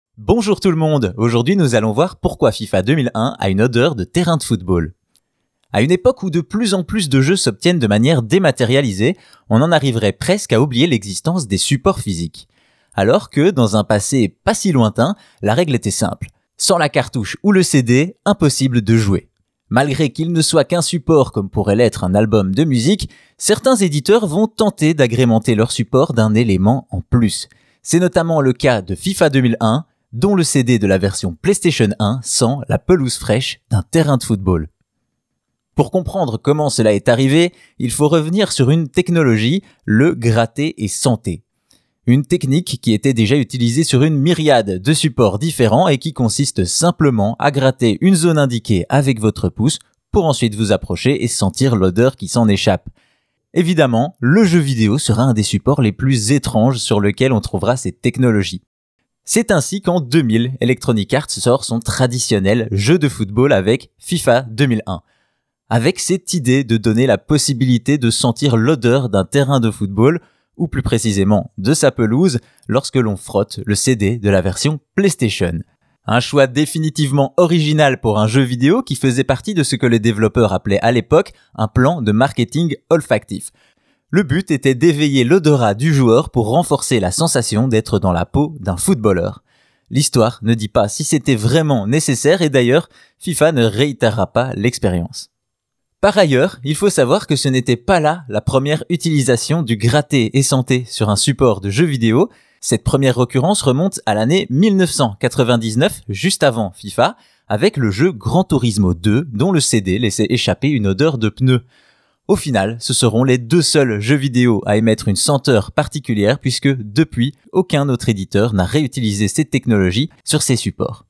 Bonjour tout le monde, aujourd'hui nous allons voir pourquoi FIFA 2001 a une odeur de terrain de football. À une époque où de plus en plus de jeux s'obtiennent de manière dématérialisée, on en arriverait presque à oublier l'existence des supports physiques. Alors que, dans un passé pas si lointain, la règle était simple. Sans la cartouche ou le CD, impossible de jouer. Malgré qu'il ne soit qu'un support comme pourrait l'être un album de musique, certains éditeurs vont tenter d'agrémenter leur support d'un élément en plus. C'est notamment le cas de FIFA 2001, dont le CD de la version PlayStation 1 sent la pelouse fraîche d'un terrain de football. Pour comprendre comment cela est arrivé, il faut revenir sur une technologie, le gratter et santer. Une technique qui était déjà utilisée sur une myriade de supports différents et qui consiste simplement à gratter une zone indiquée avec votre pouce pour ensuite vous approcher et sentir l'odeur qui s'en échappe. Évidemment, le jeu vidéo sera un des supports les plus étranges sur lequel on trouvera cette technologie. C'est ainsi qu'en 2000, Electronic Arts sort son traditionnel jeu de football avec FIFA 2001. Avec cette idée de donner la possibilité de sentir l'odeur d'un terrain de football, ou plus précisément de sa pelouse, lorsque l'on frotte le CD de la version PlayStation. Un choix définitivement original pour un jeu vidéo qui faisait partie de ce que les développeurs appelaient à l'époque un plan de marketing olfactif. Le but était d'éveiller l'odorat du joueur pour renforcer la sensation d'être dans la peau d'un footballeur. L'histoire ne dit pas si c'était vraiment nécessaire et d'ailleurs, FIFA ne réitérera pas l'expérience. Par ailleurs, il faut savoir que ce n'était pas là la première utilisation du gratter et santer sur un support de jeu vidéo. Cette première occurrence remonte à l'année 1999, juste avant FIFA, avec le jeu Gran Turismo 2 dont le CD laissait échapper une odeur de pneu. Au final, ce seront les deux seuls jeux vidéo à émettre une senteur particulière puisque, depuis, aucun autre éditeur n'a réutilisé cette technologie sur ses supports.